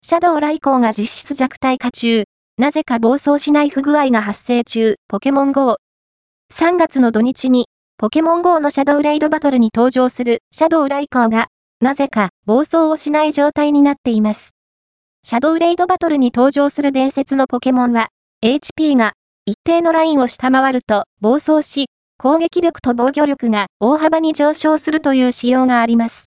シャドウ来光が実質弱体化中。なぜか暴走しない不具合が発生中。ポケモン GO。3月の土日に、ポケモン GO のシャドウレイドバトルに登場するシャドウ来光が、なぜか暴走をしない状態になっています。シャドウレイドバトルに登場する伝説のポケモンは、HP が一定のラインを下回ると暴走し、攻撃力と防御力が大幅に上昇するという仕様があります。